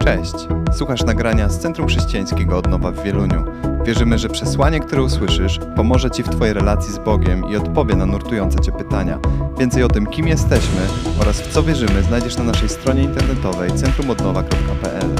Cześć! Słuchasz nagrania z Centrum Chrześcijańskiego Odnowa w Wieluniu. Wierzymy, że przesłanie, które usłyszysz, pomoże Ci w Twojej relacji z Bogiem i odpowie na nurtujące Cię pytania. Więcej o tym, kim jesteśmy oraz w co wierzymy, znajdziesz na naszej stronie internetowej centrumodnowa.pl.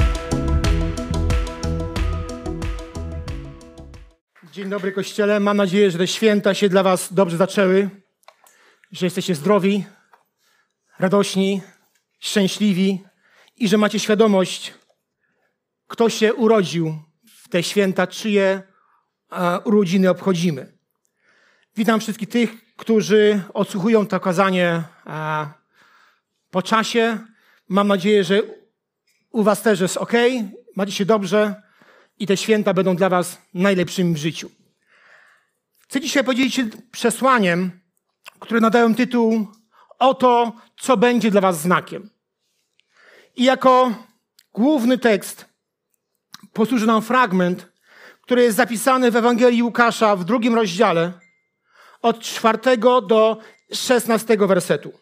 Dzień dobry, Kościele. Mam nadzieję, że te święta się dla Was dobrze zaczęły, że jesteście zdrowi, radośni, szczęśliwi i że macie świadomość, kto się urodził w te święta, czyje urodziny obchodzimy. Witam wszystkich tych, którzy odsłuchują to kazanie po czasie. Mam nadzieję, że u Was też jest ok, macie się dobrze i te święta będą dla Was najlepszymi w życiu. Chcę dzisiaj podzielić się przesłaniem, które nadają tytuł o to, co będzie dla Was znakiem. I jako główny tekst posłuży nam fragment, który jest zapisany w Ewangelii Łukasza w 2 rozdziale od 4 do 16 wersetu.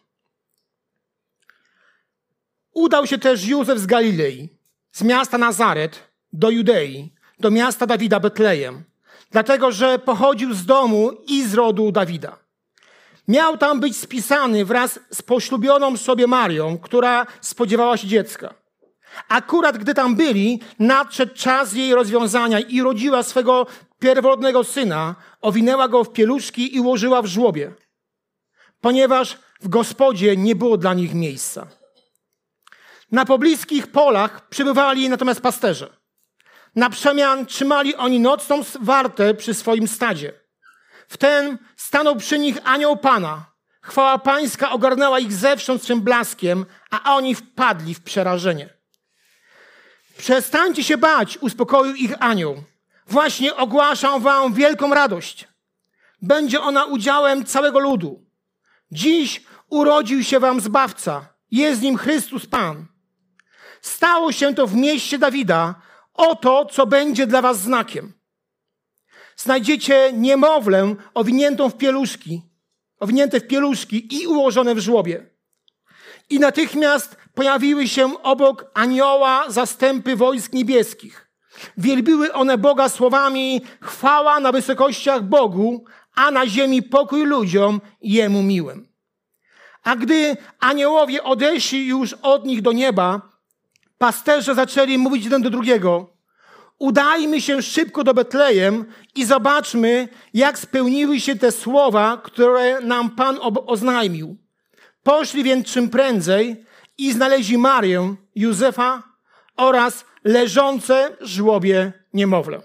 Udał się też Józef z Galilei, z miasta Nazaret do Judei, do miasta Dawida Betlejem, dlatego że pochodził z domu i z rodu Dawida. Miał tam być spisany wraz z poślubioną sobie Marią, która spodziewała się dziecka. Akurat gdy tam byli, nadszedł czas jej rozwiązania i rodziła swego pierworodnego syna, owinęła go w pieluszki i ułożyła w żłobie, ponieważ w gospodzie nie było dla nich miejsca. Na pobliskich polach przybywali natomiast pasterze. Na przemian trzymali oni nocną wartę przy swoim stadzie. Wtem stanął przy nich anioł Pana. Chwała Pańska ogarnęła ich zewsząd swym blaskiem, a oni wpadli w przerażenie. Przestańcie się bać, uspokoił ich anioł. Właśnie ogłaszam wam wielką radość. Będzie ona udziałem całego ludu. Dziś urodził się wam Zbawca. Jest nim Chrystus Pan. Stało się to w mieście Dawida. Oto, co będzie dla was znakiem. Znajdziecie niemowlę owinięte w pieluszki i ułożone w żłobie. I natychmiast pojawiły się obok anioła zastępy wojsk niebieskich. Wielbiły one Boga słowami: chwała na wysokościach Bogu, a na ziemi pokój ludziom Jemu miłym. A gdy aniołowie odeszli już od nich do nieba, pasterze zaczęli mówić jeden do drugiego: udajmy się szybko do Betlejem i zobaczmy, jak spełniły się te słowa, które nam Pan oznajmił. Poszli więc czym prędzej i znaleźli Marię, Józefa oraz leżące w żłobie niemowlę.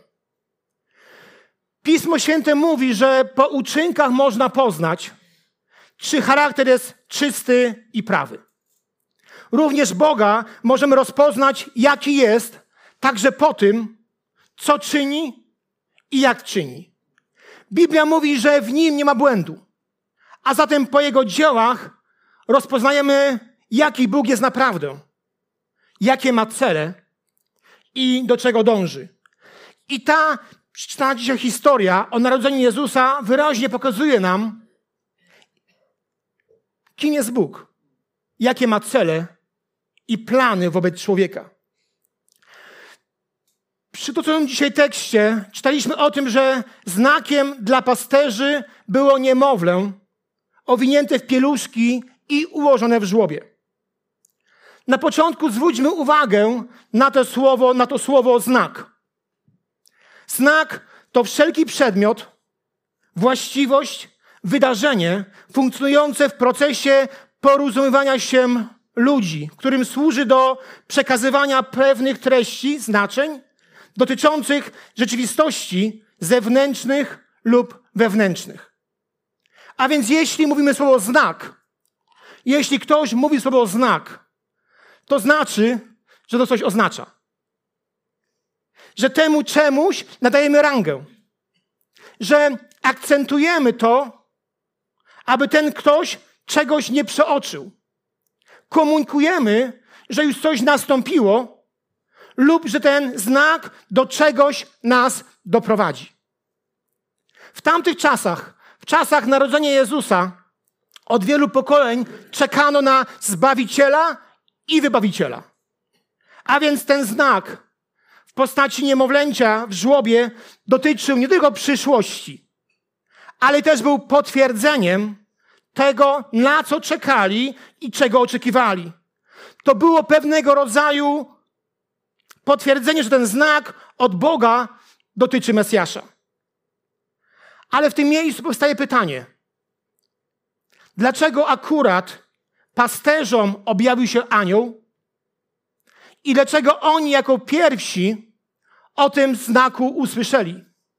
Pismo Święte mówi, że po uczynkach można poznać, czy charakter jest czysty i prawy. Również Boga możemy rozpoznać, jaki jest, także po tym, co czyni i jak czyni. Biblia mówi, że w Nim nie ma błędu, a zatem po Jego dziełach rozpoznajemy, jaki Bóg jest naprawdę, jakie ma cele i do czego dąży. I ta przeczytana dzisiaj historia o narodzeniu Jezusa wyraźnie pokazuje nam, kim jest Bóg, jakie ma cele i plany wobec człowieka. W przytoczonym dzisiaj tekście czytaliśmy o tym, że znakiem dla pasterzy było niemowlę owinięte w pieluszki i ułożone w żłobie. Na początku zwróćmy uwagę na to słowo znak. Znak to wszelki przedmiot, właściwość, wydarzenie funkcjonujące w procesie porozumiewania się ludzi, którym służy do przekazywania pewnych treści, znaczeń dotyczących rzeczywistości zewnętrznych lub wewnętrznych. A więc jeśli mówimy słowo znak, jeśli ktoś mówi słowo znak, to znaczy, że to coś oznacza. Że temu czemuś nadajemy rangę. Że akcentujemy to, aby ten ktoś czegoś nie przeoczył. Komunikujemy, że już coś nastąpiło lub że ten znak do czegoś nas doprowadzi. W tamtych czasach, w czasach narodzenia Jezusa, od wielu pokoleń czekano na Zbawiciela i Wybawiciela. A więc ten znak w postaci niemowlęcia w żłobie dotyczył nie tylko przyszłości, ale też był potwierdzeniem tego, na co czekali i czego oczekiwali. To było pewnego rodzaju potwierdzenie, że ten znak od Boga dotyczy Mesjasza. Ale w tym miejscu powstaje pytanie, dlaczego akurat pasterzom objawił się anioł i dlaczego oni jako pierwsi o tym znaku usłyszeli?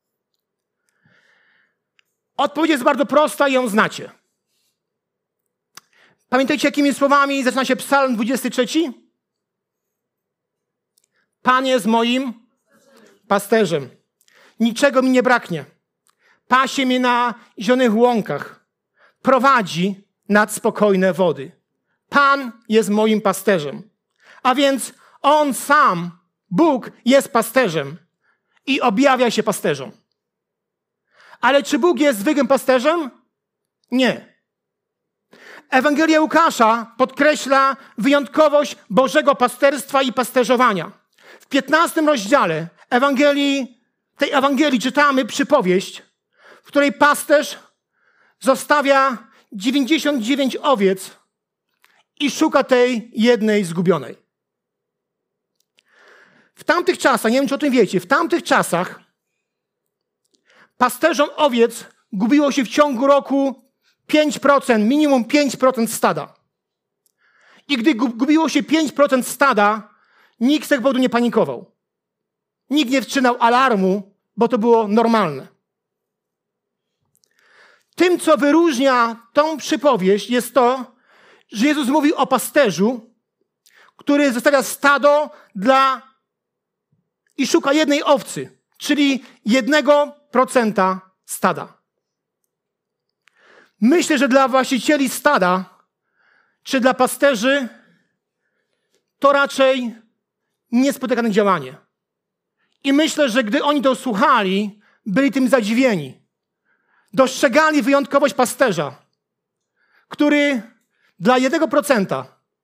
Odpowiedź jest bardzo prosta i ją znacie. Pamiętajcie, jakimi słowami zaczyna się Psalm 23? Pan jest moim pasterzem. Niczego mi nie braknie. Pasie mnie na zielonych łąkach. Prowadzi nad spokojne wody. Pan jest moim pasterzem. A więc On sam, Bóg, jest pasterzem i objawia się pasterzom. Ale czy Bóg jest zwykłym pasterzem? Nie. Ewangelia Łukasza podkreśla wyjątkowość Bożego pasterstwa i pasterzowania. W 15 rozdziale tej Ewangelii czytamy przypowieść, w której pasterz zostawia 99 owiec i szuka tej jednej zgubionej. W tamtych czasach, nie wiem, czy o tym wiecie, w tamtych czasach pasterzom owiec gubiło się w ciągu roku 5%, minimum 5% stada. I gdy gubiło się 5% stada, nikt z tego powodu nie panikował. Nikt nie wstrzymał alarmu, bo to było normalne. Tym, co wyróżnia tą przypowieść, jest to, że Jezus mówi o pasterzu, który zostawia stado i szuka jednej owcy, czyli 1% stada. Myślę, że dla właścicieli stada, czy dla pasterzy, to raczej niespotykane działanie. I myślę, że gdy oni to słuchali, byli tym zadziwieni. Dostrzegali wyjątkowość pasterza, który dla 1%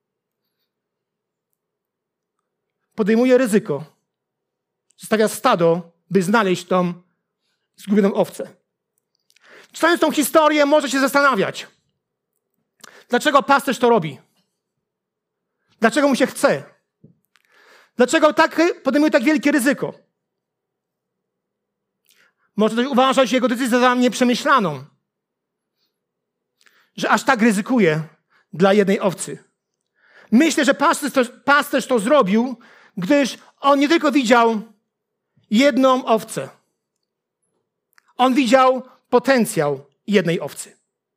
podejmuje ryzyko, zostawia stado, by znaleźć tą zgubioną owcę. Czytając tą historię, może się zastanawiać, dlaczego pasterz to robi? Dlaczego mu się chce? Dlaczego podejmuje tak wielkie ryzyko? Może ktoś uważa, że jego decyzja za nieprzemyślaną, że aż tak ryzykuje dla jednej owcy. Myślę, że pasterz to zrobił, gdyż on nie tylko widział jedną owcę. On widział potencjał jednej owcy.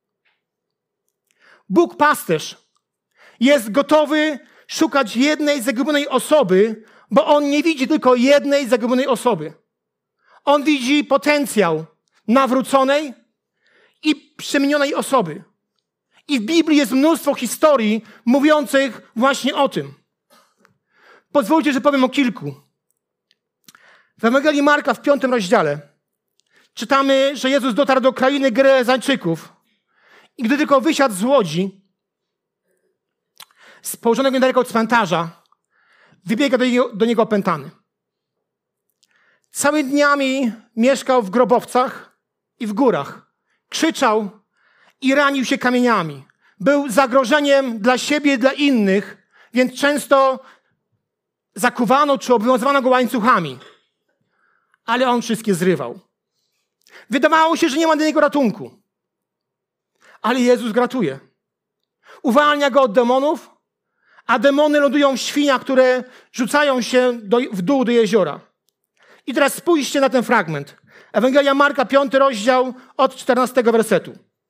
Bóg pasterz jest gotowy szukać jednej zagubionej osoby, bo On nie widzi tylko jednej zagubionej osoby. On widzi potencjał nawróconej i przemienionej osoby. I w Biblii jest mnóstwo historii mówiących właśnie o tym. Pozwólcie, że powiem o kilku. W Ewangelii Marka w 5 rozdziale czytamy, że Jezus dotarł do krainy Gerezańczyków i gdy tylko wysiadł z łodzi z położonego niedaleko cmentarza, wybiega do niego opętany. Całymi dniami mieszkał w grobowcach i w górach. Krzyczał i ranił się kamieniami. Był zagrożeniem dla siebie i dla innych, więc często zakuwano czy obowiązywano go łańcuchami. Ale on wszystkie zrywał. Wydawało się, że nie ma dla niego ratunku. Ale Jezus ratuje. Uwalnia go od demonów, a demony lądują w świniach, które rzucają się w dół do jeziora. I teraz spójrzcie na ten fragment. Ewangelia Marka, 5 rozdział, od 14 wersetu.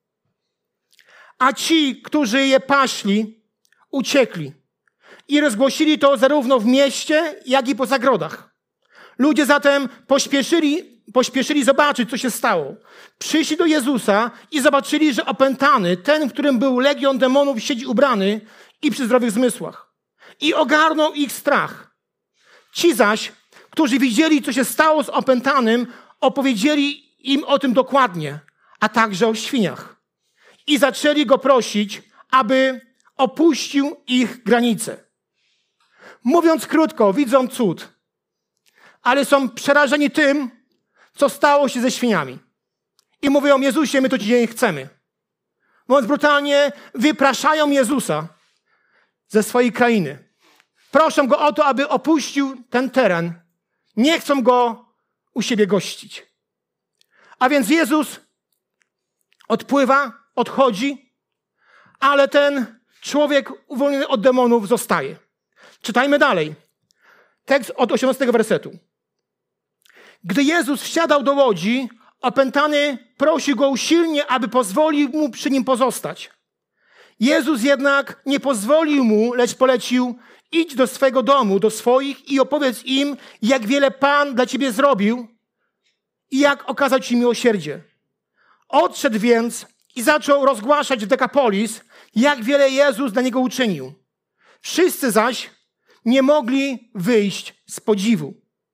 A ci, którzy je paśli, uciekli i rozgłosili to zarówno w mieście, jak i po zagrodach. Ludzie zatem pośpieszyli zobaczyć, co się stało. Przyszli do Jezusa i zobaczyli, że opętany, ten, w którym był legion demonów, siedzi ubrany i przy zdrowych zmysłach. I ogarnął ich strach. Ci zaś, którzy widzieli, co się stało z opętanym, opowiedzieli im o tym dokładnie, a także o świniach. I zaczęli go prosić, aby opuścił ich granice. Mówiąc krótko, widzą cud, ale są przerażeni tym, co stało się ze świniami. I mówią: Jezusie, my tu Cię nie chcemy. Mówiąc brutalnie, wypraszają Jezusa ze swojej krainy. Proszą Go o to, aby opuścił ten teren. Nie chcą Go u siebie gościć. A więc Jezus odpływa, odchodzi, ale ten człowiek uwolniony od demonów zostaje. Czytajmy dalej. Tekst od 18 wersetu. Gdy Jezus wsiadał do łodzi, opętany prosił Go usilnie, aby pozwolił mu przy nim pozostać. Jezus jednak nie pozwolił mu, lecz polecił: idź do swego domu, do swoich i opowiedz im, jak wiele Pan dla ciebie zrobił i jak okazał ci miłosierdzie. Odszedł więc i zaczął rozgłaszać w Dekapolis, jak wiele Jezus dla niego uczynił. Wszyscy zaś nie mogli wyjść z podziwu.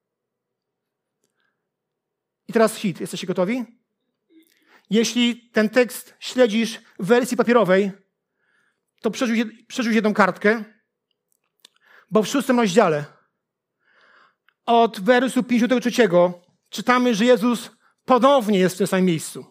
I teraz hit. Jesteście gotowi? Jeśli ten tekst śledzisz w wersji papierowej, to przerzuć jedną kartkę, bo w 6 rozdziale od wersu 53 czytamy, że Jezus ponownie jest w tym samym miejscu.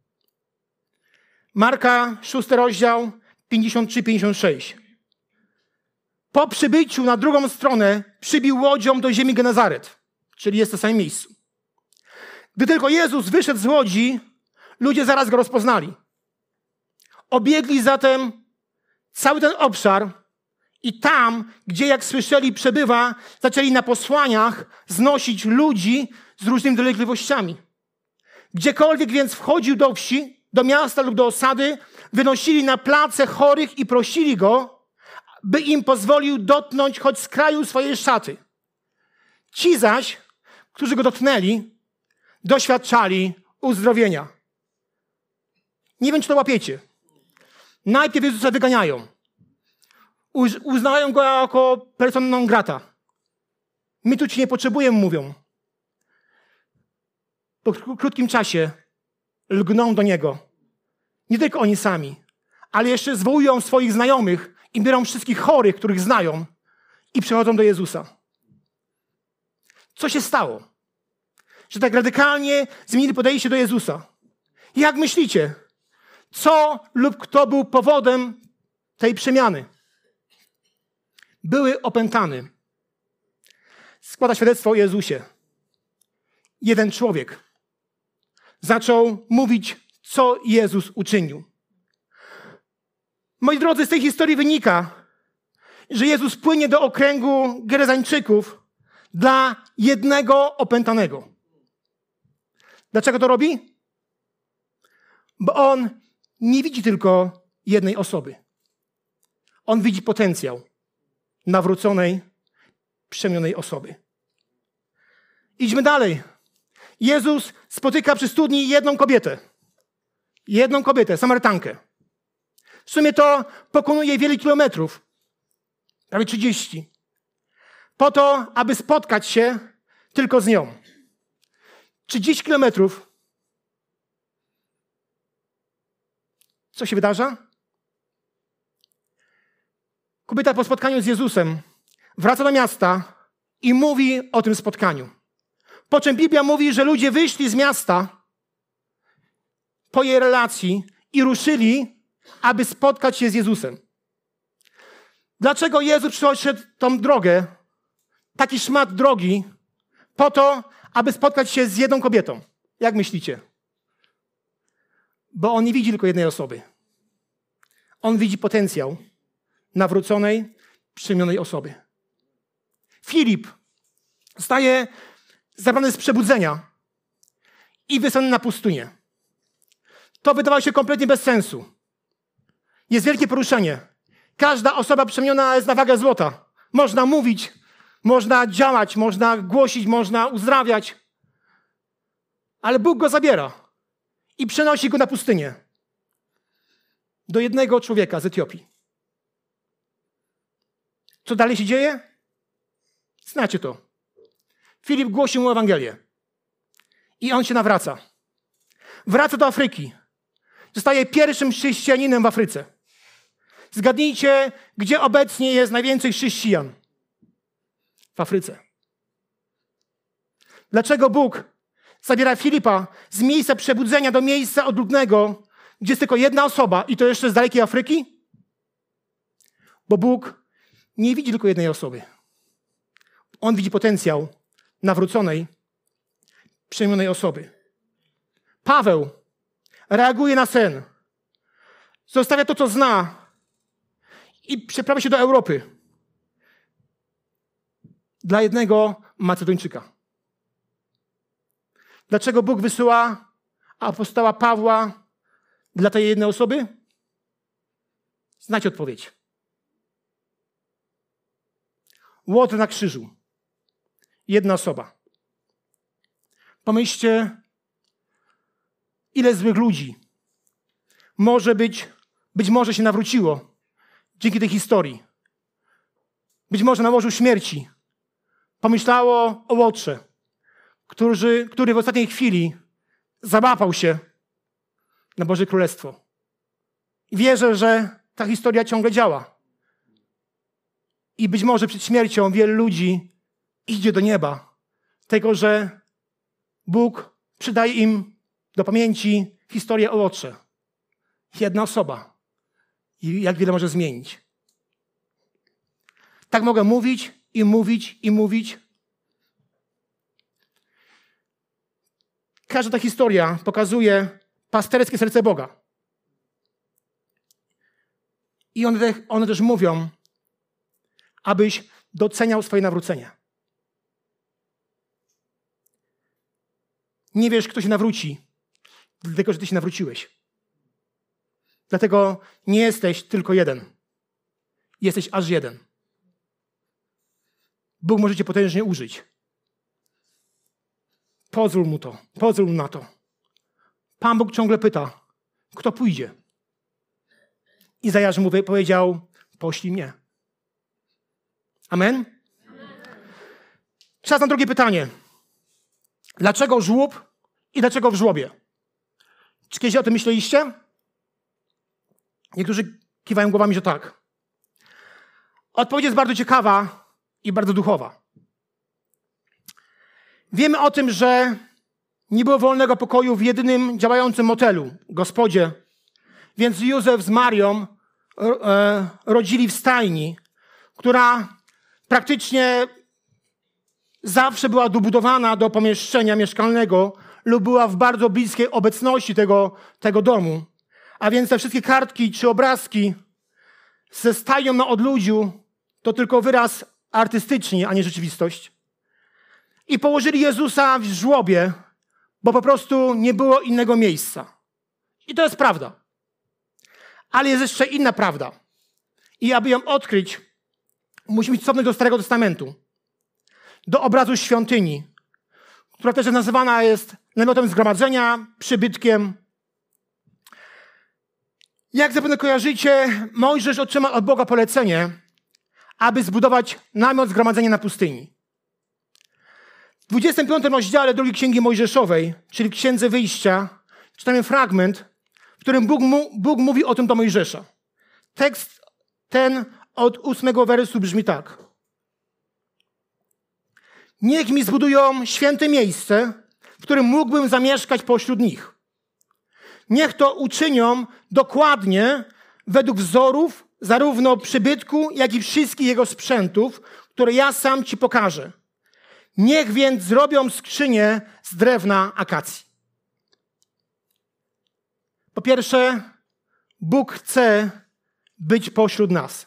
Marka, 6 rozdział, 53-56. Po przybyciu na drugą stronę przybił łodzią do ziemi Genezaret, czyli jest w tym samym miejscu. Gdy tylko Jezus wyszedł z łodzi, ludzie zaraz Go rozpoznali. Obiegli zatem cały ten obszar i tam, gdzie, jak słyszeli, przebywa, zaczęli na posłaniach znosić ludzi z różnymi dolegliwościami. Gdziekolwiek więc wchodził do wsi, do miasta lub do osady, wynosili na place chorych i prosili Go, by im pozwolił dotknąć choć z kraju swojej szaty. Ci zaś, którzy Go dotknęli, doświadczali uzdrowienia. Nie wiem, czy to łapiecie. Najpierw Jezusa wyganiają. Uznają Go jako persona non grata. My tu Ci nie potrzebujemy, mówią. Po krótkim czasie lgną do Niego. Nie tylko oni sami, ale jeszcze zwołują swoich znajomych i biorą wszystkich chorych, których znają, i przychodzą do Jezusa. Co się stało? Że tak radykalnie zmienili podejście do Jezusa. Jak myślicie? Co lub kto był powodem tej przemiany? Były opętany. Składa świadectwo o Jezusie. Jeden człowiek zaczął mówić, co Jezus uczynił. Moi drodzy, z tej historii wynika, że Jezus płynie do okręgu Gerezańczyków dla jednego opętanego. Dlaczego to robi? Bo On nie widzi tylko jednej osoby. On widzi potencjał nawróconej, przemienionej osoby. Idźmy dalej. Jezus spotyka przy studni jedną kobietę, Samarytankę. W sumie to pokonuje wiele kilometrów, prawie 30, po to, aby spotkać się tylko z nią. 30 kilometrów. Co się wydarza? Kobieta po spotkaniu z Jezusem wraca do miasta i mówi o tym spotkaniu. Po czym Biblia mówi, że ludzie wyszli z miasta po jej relacji i ruszyli, aby spotkać się z Jezusem. Dlaczego Jezus przeszedł tą drogę, taki szmat drogi, po to, aby spotkać się z jedną kobietą? Jak myślicie? Bo On nie widzi tylko jednej osoby. On widzi potencjał nawróconej, przemienionej osoby. Filip zostaje zabrany z przebudzenia i wysłany na pustynię. To wydawało się kompletnie bez sensu. Jest wielkie poruszenie. Każda osoba przemieniona jest na wagę złota. Można mówić, można działać, można głosić, można uzdrawiać. Ale Bóg go zabiera i przenosi go na pustynię. Do jednego człowieka z Etiopii. Co dalej się dzieje? Znacie to. Filip głosi mu Ewangelię. I on się nawraca. Wraca do Afryki. Zostaje pierwszym chrześcijaninem w Afryce. Zgadnijcie, gdzie obecnie jest najwięcej chrześcijan. w Afryce? Dlaczego Bóg zabiera Filipa z miejsca przebudzenia do miejsca odludnego, gdzie jest tylko jedna osoba i to jeszcze z dalekiej Afryki? Bo Bóg nie widzi tylko jednej osoby. On widzi potencjał nawróconej, przemienionej osoby. Paweł reaguje na sen. Zostawia to, co zna i przeprawia się do Europy. Dla jednego Macedończyka. Dlaczego Bóg wysyła apostoła Pawła dla tej jednej osoby? Znacie odpowiedź. Łotr na krzyżu. Jedna osoba. Pomyślcie, ile złych ludzi być może się nawróciło dzięki tej historii. Być może na łożu śmierci pomyślało o Łotrze, który w ostatniej chwili załapał się na Boże Królestwo. I wierzę, że ta historia ciągle działa. I być może przed śmiercią wielu ludzi idzie do nieba, tego, że Bóg przydaje im do pamięci historię o Łotrze. Jedna osoba. I jak wiele może zmienić. Tak mogę mówić i mówić i mówić. Każda ta historia pokazuje pasterskie serce Boga. I one też mówią, abyś doceniał swoje nawrócenie. Nie wiesz, kto się nawróci, dlatego, że ty się nawróciłeś. Dlatego nie jesteś tylko jeden. Jesteś aż jeden. Bóg może cię potężnie użyć. Pozwól mu to. Pozwól mu na to. Pan Bóg ciągle pyta, kto pójdzie? Izajasz mu powiedział, poślij mnie. Amen? Czas na drugie pytanie. Dlaczego żłób i dlaczego w żłobie? Czy kiedyś o tym myśleliście? Niektórzy kiwają głowami, że tak. Odpowiedź jest bardzo ciekawa i bardzo duchowa. Wiemy o tym, że nie było wolnego pokoju w jedynym działającym motelu, gospodzie, więc Józef z Marią rodzili w stajni, która praktycznie zawsze była dobudowana do pomieszczenia mieszkalnego lub była w bardzo bliskiej obecności tego domu. A więc te wszystkie kartki czy obrazki ze stajnią na odludziu to tylko wyraz artystyczny, a nie rzeczywistość. I położyli Jezusa w żłobie, bo po prostu nie było innego miejsca. I to jest prawda. Ale jest jeszcze inna prawda. I aby ją odkryć, musimy cofnąć do Starego Testamentu. Do obrazu świątyni, która też nazywana jest namiotem zgromadzenia, przybytkiem. Jak zapewne kojarzycie, Mojżesz otrzymał od Boga polecenie, aby zbudować namiot zgromadzenia na pustyni. W 25 rozdziale drugiej Księgi Mojżeszowej, czyli Księdze Wyjścia, czytamy fragment, w którym Bóg mówi o tym do Mojżesza. Tekst ten od 8 wersu brzmi tak. Niech mi zbudują święte miejsce, w którym mógłbym zamieszkać pośród nich. Niech to uczynią dokładnie według wzorów zarówno przybytku, jak i wszystkich jego sprzętów, które ja sam ci pokażę. Niech więc zrobią skrzynię z drewna akacji. Po pierwsze, Bóg chce być pośród nas.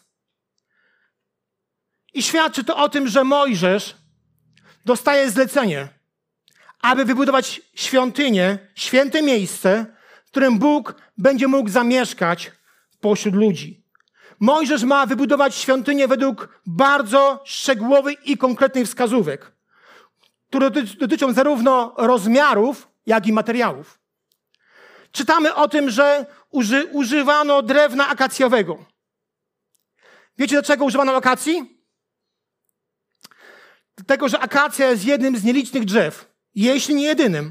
I świadczy to o tym, że Mojżesz dostaje zlecenie, aby wybudować świątynię, święte miejsce, w którym Bóg będzie mógł zamieszkać pośród ludzi. Mojżesz ma wybudować świątynię według bardzo szczegółowych i konkretnych wskazówek, które dotyczą zarówno rozmiarów, jak i materiałów. Czytamy o tym, że używano drewna akacjowego. Wiecie, dlaczego używano akacji? Dlatego, że akacja jest jednym z nielicznych drzew, jeśli nie jedynym,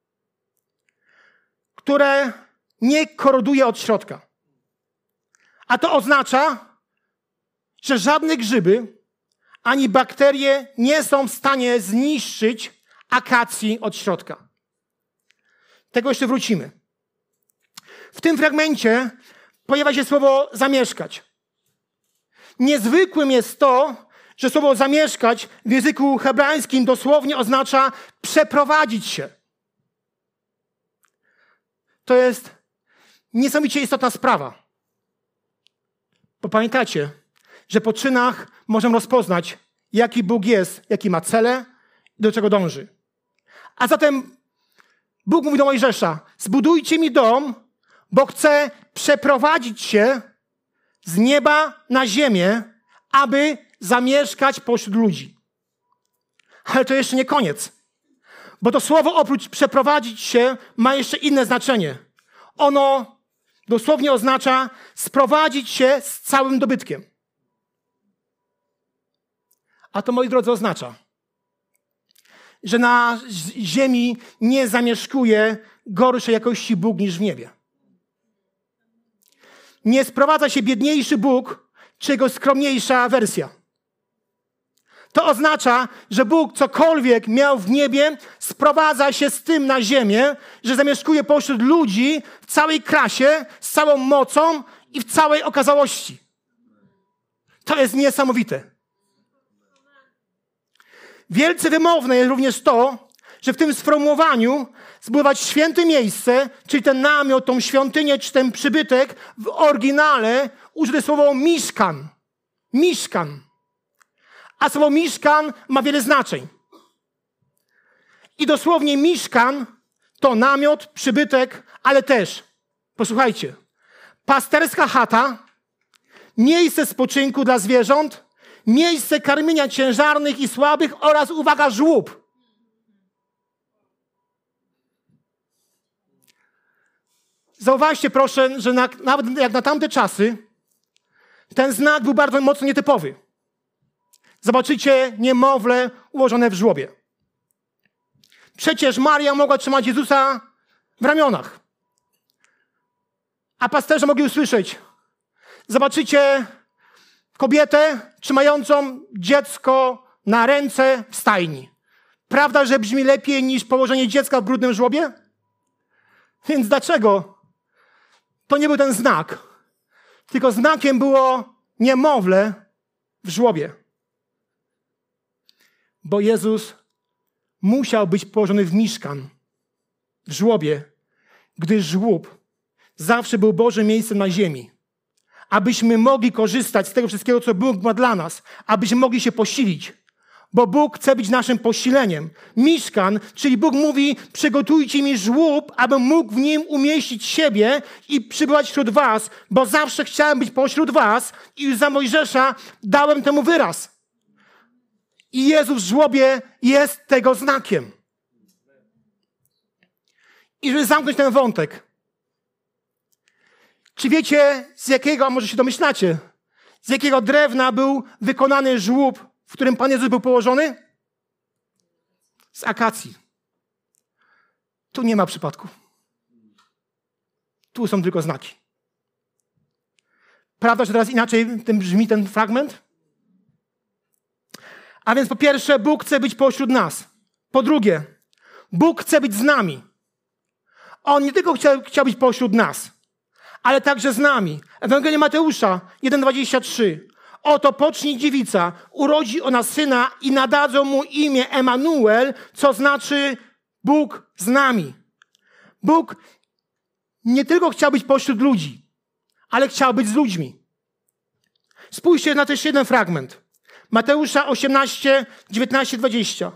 które nie koroduje od środka. A to oznacza, że żadne grzyby ani bakterie nie są w stanie zniszczyć akacji od środka. Tego jeszcze wrócimy. W tym fragmencie pojawia się słowo zamieszkać. Niezwykłym jest to, że słowo zamieszkać w języku hebrajskim dosłownie oznacza przeprowadzić się. To jest niesamowicie istotna sprawa. Bo pamiętacie, że po czynach możemy rozpoznać, jaki Bóg jest, jaki ma cele i do czego dąży. A zatem Bóg mówi do Mojżesza, zbudujcie mi dom, bo chcę przeprowadzić się z nieba na ziemię, aby zamieszkać pośród ludzi. Ale to jeszcze nie koniec. Bo to słowo oprócz przeprowadzić się ma jeszcze inne znaczenie. Ono dosłownie oznacza sprowadzić się z całym dobytkiem. A to, moi drodzy, oznacza, że na ziemi nie zamieszkuje gorszej jakości Bóg niż w niebie. Nie sprowadza się biedniejszy Bóg, czy jego skromniejsza wersja. To oznacza, że Bóg cokolwiek miał w niebie, sprowadza się z tym na ziemię, że zamieszkuje pośród ludzi w całej krasie, z całą mocą i w całej okazałości. To jest niesamowite. Wielce wymowne jest również to, że w tym sformułowaniu zbudować święte miejsce, czyli ten namiot, tą świątynię, czy ten przybytek, w oryginale użyte słowo miszkan. Miszkan. A słowo miszkan ma wiele znaczeń. I dosłownie miszkan to namiot, przybytek, ale też, posłuchajcie, pasterska chata, miejsce spoczynku dla zwierząt, miejsce karmienia ciężarnych i słabych oraz, uwaga, żłób. Zauważcie proszę, że nawet jak na tamte czasy ten znak był bardzo mocno nietypowy. Zobaczycie niemowlę ułożone w żłobie. Przecież Maria mogła trzymać Jezusa w ramionach. A pasterze mogli usłyszeć. Zobaczycie kobietę trzymającą dziecko na ręce w stajni. Prawda, że brzmi lepiej niż położenie dziecka w brudnym żłobie? Więc dlaczego to nie był ten znak? Tylko znakiem było niemowlę w żłobie. Bo Jezus musiał być położony w miszkan, w żłobie, gdyż żłób zawsze był Bożym miejscem na ziemi. Abyśmy mogli korzystać z tego wszystkiego, co Bóg ma dla nas. Abyśmy mogli się posilić. Bo Bóg chce być naszym posileniem. Miszkan, czyli Bóg mówi, przygotujcie mi żłób, abym mógł w nim umieścić siebie i przybywać wśród was, bo zawsze chciałem być pośród was i już za Mojżesza dałem temu wyraz. I Jezus w żłobie jest tego znakiem. I żeby zamknąć ten wątek, czy wiecie, z jakiego, a może się domyślacie, z jakiego drewna był wykonany żłób, w którym Pan Jezus był położony? Z akacji. Tu nie ma przypadku. Tu są tylko znaki. Prawda, że teraz inaczej tym brzmi ten fragment? A więc po pierwsze, Bóg chce być pośród nas. Po drugie, Bóg chce być z nami. On nie tylko chciał być pośród nas, ale także z nami. Ewangelia Mateusza 1,23. Oto pocznie dziewica, urodzi ona syna i nadadzą mu imię Emanuel, co znaczy Bóg z nami. Bóg nie tylko chciał być pośród ludzi, ale chciał być z ludźmi. Spójrzcie na też jeden fragment. Mateusza 18, 19, 20.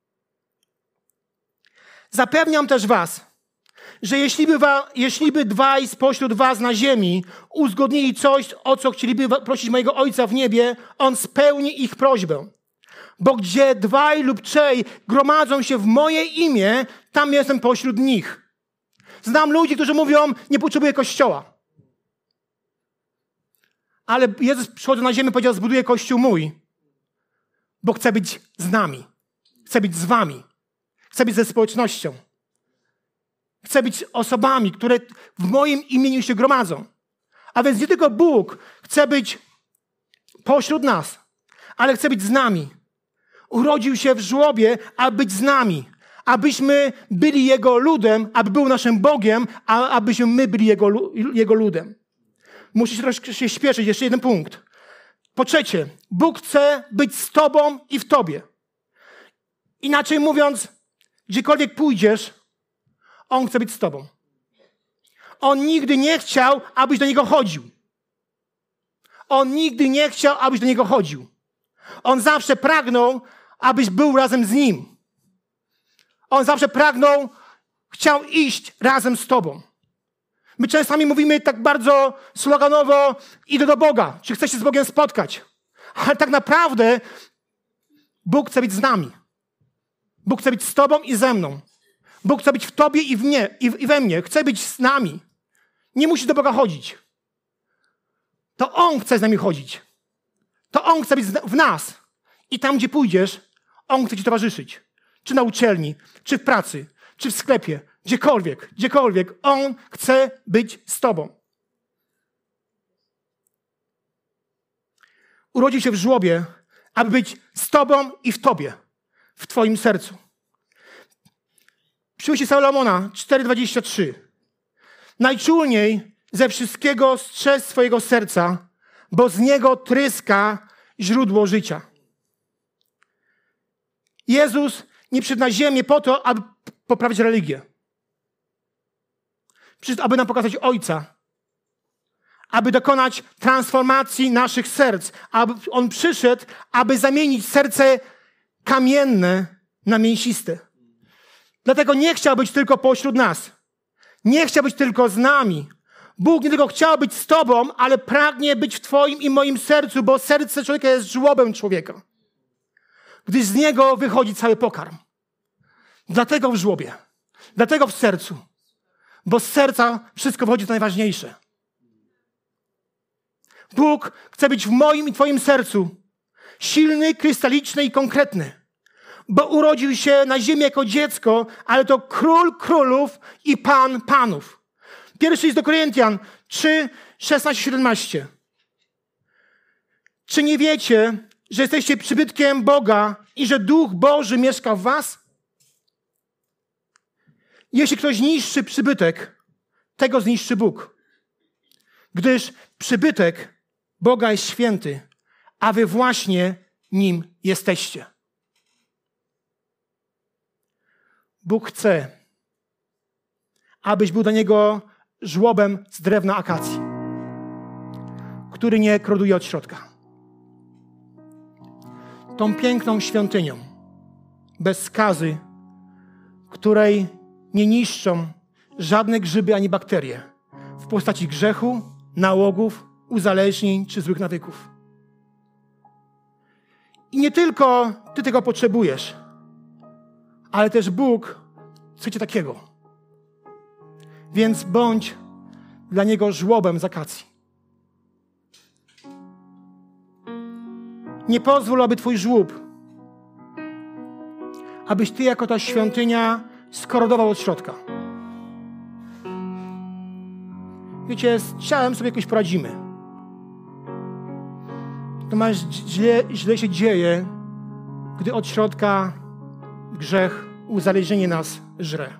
Zapewniam też was, że jeśli by dwaj spośród was na ziemi uzgodnili coś, o co chcieliby prosić mojego Ojca w niebie, On spełni ich prośbę. Bo gdzie dwaj lub trzej gromadzą się w moje imię, tam jestem pośród nich. Znam ludzi, którzy mówią, nie potrzebuję kościoła. Ale Jezus przychodząc na ziemię powiedział, zbuduję kościół mój, bo chcę być z nami. Chcę być z wami. Chcę być ze społecznością. Chcę być osobami, które w moim imieniu się gromadzą. A więc nie tylko Bóg chce być pośród nas, ale chce być z nami. Urodził się w żłobie, aby być z nami. Abyśmy byli Jego ludem, aby był naszym Bogiem, a abyśmy my byli Jego ludem. Musisz troszkę się śpieszyć. Jeszcze jeden punkt. Po trzecie, Bóg chce być z tobą i w tobie. Inaczej mówiąc, gdziekolwiek pójdziesz, On chce być z tobą. On nigdy nie chciał, abyś do Niego chodził. On nigdy nie chciał, abyś do Niego chodził. On zawsze pragnął, abyś był razem z Nim. On zawsze chciał iść razem z tobą. My czasami mówimy tak bardzo sloganowo, idę do Boga, czy chcesz się z Bogiem spotkać. Ale tak naprawdę Bóg chce być z nami. Bóg chce być z tobą i ze mną. Bóg chce być w tobie i w mnie, i we mnie. Chce być z nami. Nie musisz do Boga chodzić. To On chce z nami chodzić. To On chce być w nas. I tam, gdzie pójdziesz, On chce ci towarzyszyć. Czy na uczelni, czy w pracy, czy w sklepie, gdziekolwiek. On chce być z tobą. Urodził się w żłobie, aby być z tobą i w tobie, w twoim sercu. Przypowieści Salomona 4:23. Najczulniej ze wszystkiego strzeż swojego serca, bo z niego tryska źródło życia. Jezus nie przyszedł na ziemię po to, aby poprawić religię. Przyszedł, aby nam pokazać Ojca. Aby dokonać transformacji naszych serc. On przyszedł, aby zamienić serce kamienne na mięsiste. Dlatego nie chciał być tylko pośród nas. Nie chciał być tylko z nami. Bóg nie tylko chciał być z tobą, ale pragnie być w twoim i moim sercu, bo serce człowieka jest żłobem człowieka. Gdyż z niego wychodzi cały pokarm. Dlatego w żłobie. Dlatego w sercu. Bo z serca wszystko wychodzi to najważniejsze. Bóg chce być w moim i twoim sercu. Silny, krystaliczny i konkretny. Bo urodził się na ziemi jako dziecko, ale to Król królów i Pan panów. Pierwszy list do Koryntian 3, 16, 17. Czy nie wiecie, że jesteście przybytkiem Boga i że Duch Boży mieszka w was? Jeśli ktoś niszczy przybytek, tego zniszczy Bóg. Gdyż przybytek Boga jest święty, a wy właśnie nim jesteście. Bóg chce, abyś był dla Niego żłobem z drewna akacji, który nie kroduje od środka. Tą piękną świątynią, bez skazy, której nie niszczą żadne grzyby ani bakterie w postaci grzechu, nałogów, uzależnień czy złych nawyków. I nie tylko ty tego potrzebujesz, ale też Bóg chce cię takiego. Więc bądź dla Niego żłobem z akacji. Nie pozwól, aby twój żłób, abyś ty jako ta świątynia skorodował od środka. Wiecie, z ciałem sobie jakoś poradzimy. Natomiast źle się dzieje, gdy od środka grzech, uzależnienie nas żre.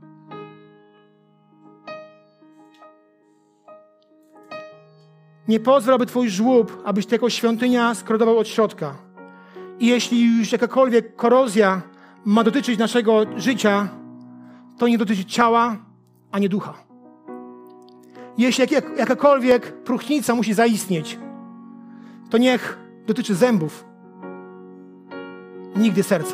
Nie pozwól, aby twój żłób, abyś ty jako świątynia skorodował od środka. I jeśli już jakakolwiek korozja ma dotyczyć naszego życia, to nie dotyczy ciała, a nie ducha. Jeśli jakakolwiek próchnica musi zaistnieć, to niech dotyczy zębów, nigdy serca.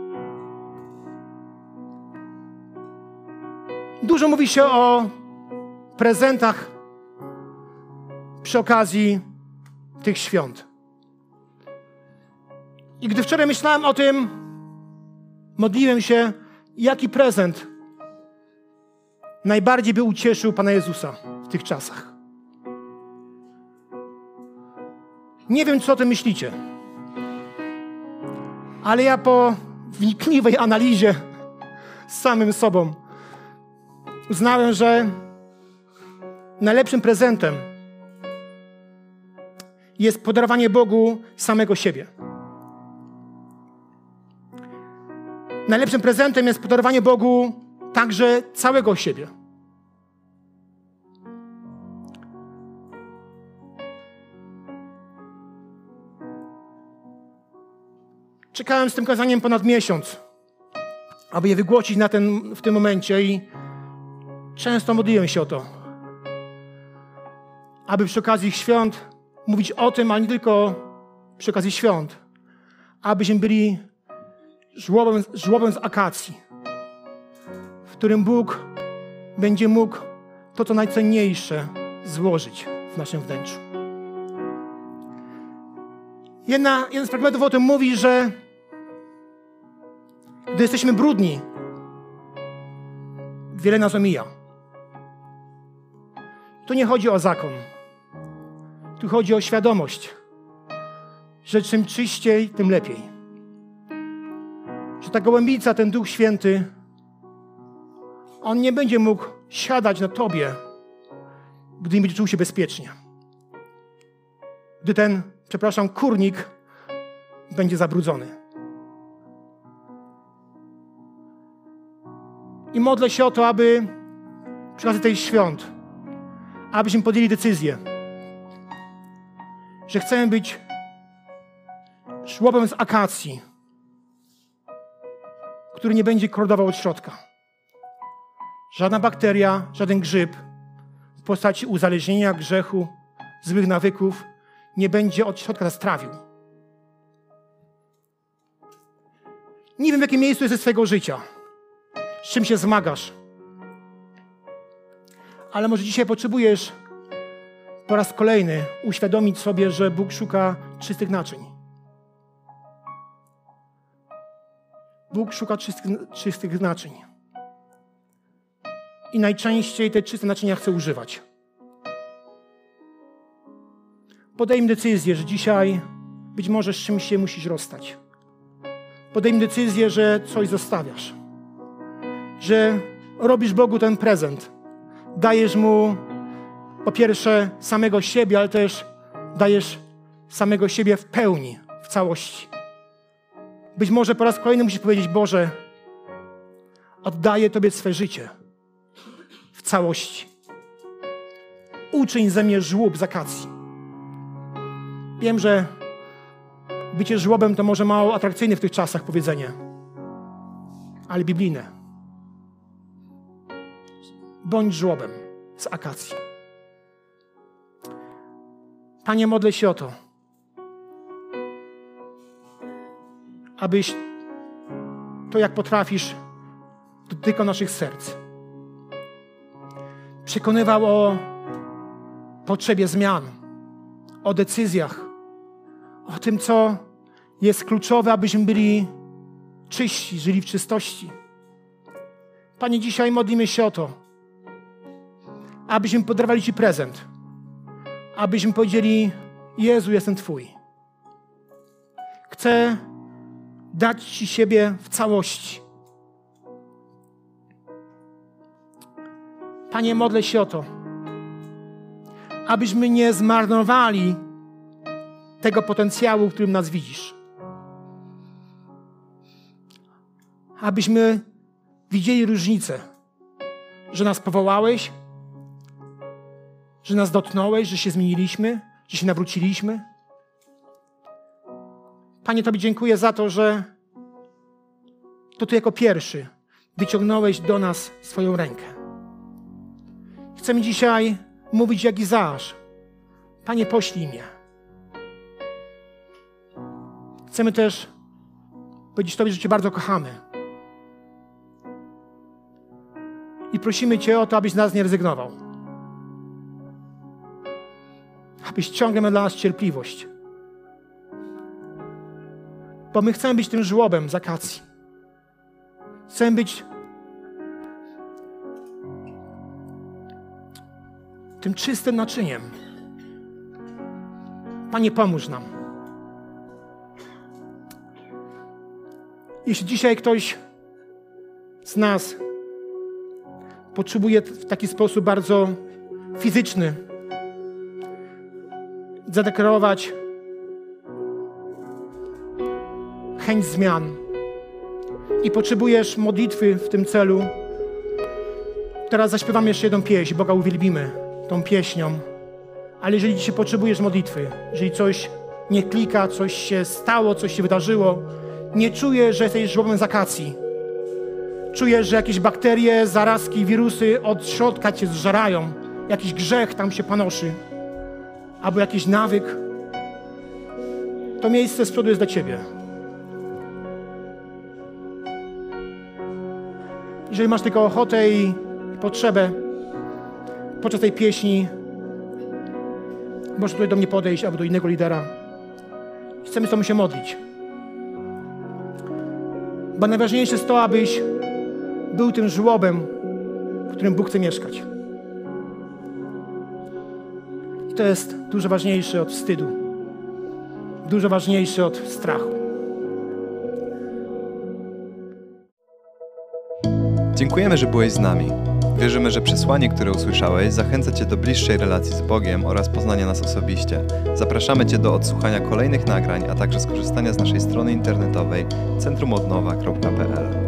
Dużo mówi się o prezentach przy okazji tych świąt. I gdy wczoraj myślałem o tym, modliłem się, jaki prezent najbardziej by ucieszył Pana Jezusa w tych czasach. Nie wiem, co o tym myślicie, ale ja po wnikliwej analizie z samym sobą uznałem, że najlepszym prezentem jest podarowanie Bogu samego siebie. Najlepszym prezentem jest podarowanie Bogu także całego siebie. Czekałem z tym kazaniem ponad miesiąc, aby je wygłosić w tym momencie i często modliłem się o to, aby przy okazji świąt mówić o tym, ale nie tylko przy okazji świąt, abyśmy byli żłobem z akacji, w którym Bóg będzie mógł to, co najcenniejsze, złożyć w naszym wnętrzu. Jeden z fragmentów o tym mówi, że gdy jesteśmy brudni, wiele nas omija. Tu nie chodzi o zakon. Tu chodzi o świadomość, że czym czyściej, tym lepiej. Że ta gołębica, ten Duch Święty, On nie będzie mógł siadać na tobie, gdy nie będzie czuł się bezpiecznie. Gdy ten, kurnik będzie zabrudzony. I modlę się o to, aby przy okazji tych świąt, abyśmy podjęli decyzję, że chcemy być żłobem z akacji, który nie będzie korodował od środka. Żadna bakteria, żaden grzyb w postaci uzależnienia, grzechu, złych nawyków nie będzie od środka nas trawił. Nie wiem, w jakim miejscu jesteś swojego życia, z czym się zmagasz, ale może dzisiaj potrzebujesz po raz kolejny uświadomić sobie, że Bóg szuka czystych naczyń. Bóg szuka czystych naczyń. I najczęściej te czyste naczynia chce używać. Podejmij decyzję, że dzisiaj być może z czymś się musisz rozstać. Podejmij decyzję, że coś zostawiasz. Że robisz Bogu ten prezent. Dajesz Mu po pierwsze samego siebie, ale też dajesz samego siebie w pełni, w całości. Być może po raz kolejny musisz powiedzieć: Boże, oddaję Tobie swe życie w całości. Uczyń ze mnie żłób z akacji. Wiem, że bycie żłobem to może mało atrakcyjne w tych czasach powiedzenie, ale biblijne. Bądź żłobem z akacji. Panie, modlę się o to, abyś to, jak potrafisz, dotykał naszych serc. Przekonywał o potrzebie zmian, o decyzjach, o tym, co jest kluczowe, abyśmy byli czyści, żyli w czystości. Panie, dzisiaj modlimy się o to, abyśmy podarowali Ci prezent, abyśmy powiedzieli: Jezu, jestem Twój. Chcę dać Ci siebie w całości. Panie, modlę się o to, abyśmy nie zmarnowali tego potencjału, w którym nas widzisz. Abyśmy widzieli różnicę, że nas powołałeś, że nas dotknąłeś, że się zmieniliśmy, że się nawróciliśmy. Panie, Tobie dziękuję za to, że to Ty jako pierwszy wyciągnąłeś do nas swoją rękę. Chcemy dzisiaj mówić jak Izajasz: Panie, poślij mnie. Chcemy też powiedzieć Tobie, że Cię bardzo kochamy. I prosimy Cię o to, abyś z nas nie rezygnował. Abyś ciągle miał dla nas cierpliwość. Bo my chcemy być tym żłobem z akacji. Chcemy być tym czystym naczyniem. Panie, pomóż nam. Jeśli dzisiaj ktoś z nas potrzebuje w taki sposób bardzo fizyczny zadeklarować chęć zmian, i potrzebujesz modlitwy w tym celu, teraz zaśpiewamy jeszcze jedną pieśń, Boga uwielbimy tą pieśnią. Ale jeżeli dzisiaj potrzebujesz modlitwy, jeżeli coś nie klika, coś się stało, coś się wydarzyło, nie czujesz, że jesteś żłobem z akacji, czujesz, że jakieś bakterie, zarazki, wirusy od środka cię zżerają, jakiś grzech tam się panoszy, albo jakiś nawyk, to miejsce z przodu jest dla ciebie. Jeżeli masz tylko ochotę i potrzebę podczas tej pieśni, możesz tutaj do mnie podejść albo do innego lidera. Chcemy z tobą się modlić. Bo najważniejsze jest to, abyś był tym żłobem, w którym Bóg chce mieszkać. I to jest dużo ważniejsze od wstydu. Dużo ważniejsze od strachu. Dziękujemy, że byłeś z nami. Wierzymy, że przesłanie, które usłyszałeś, zachęca Cię do bliższej relacji z Bogiem oraz poznania nas osobiście. Zapraszamy Cię do odsłuchania kolejnych nagrań, a także skorzystania z naszej strony internetowej centrumodnowa.pl.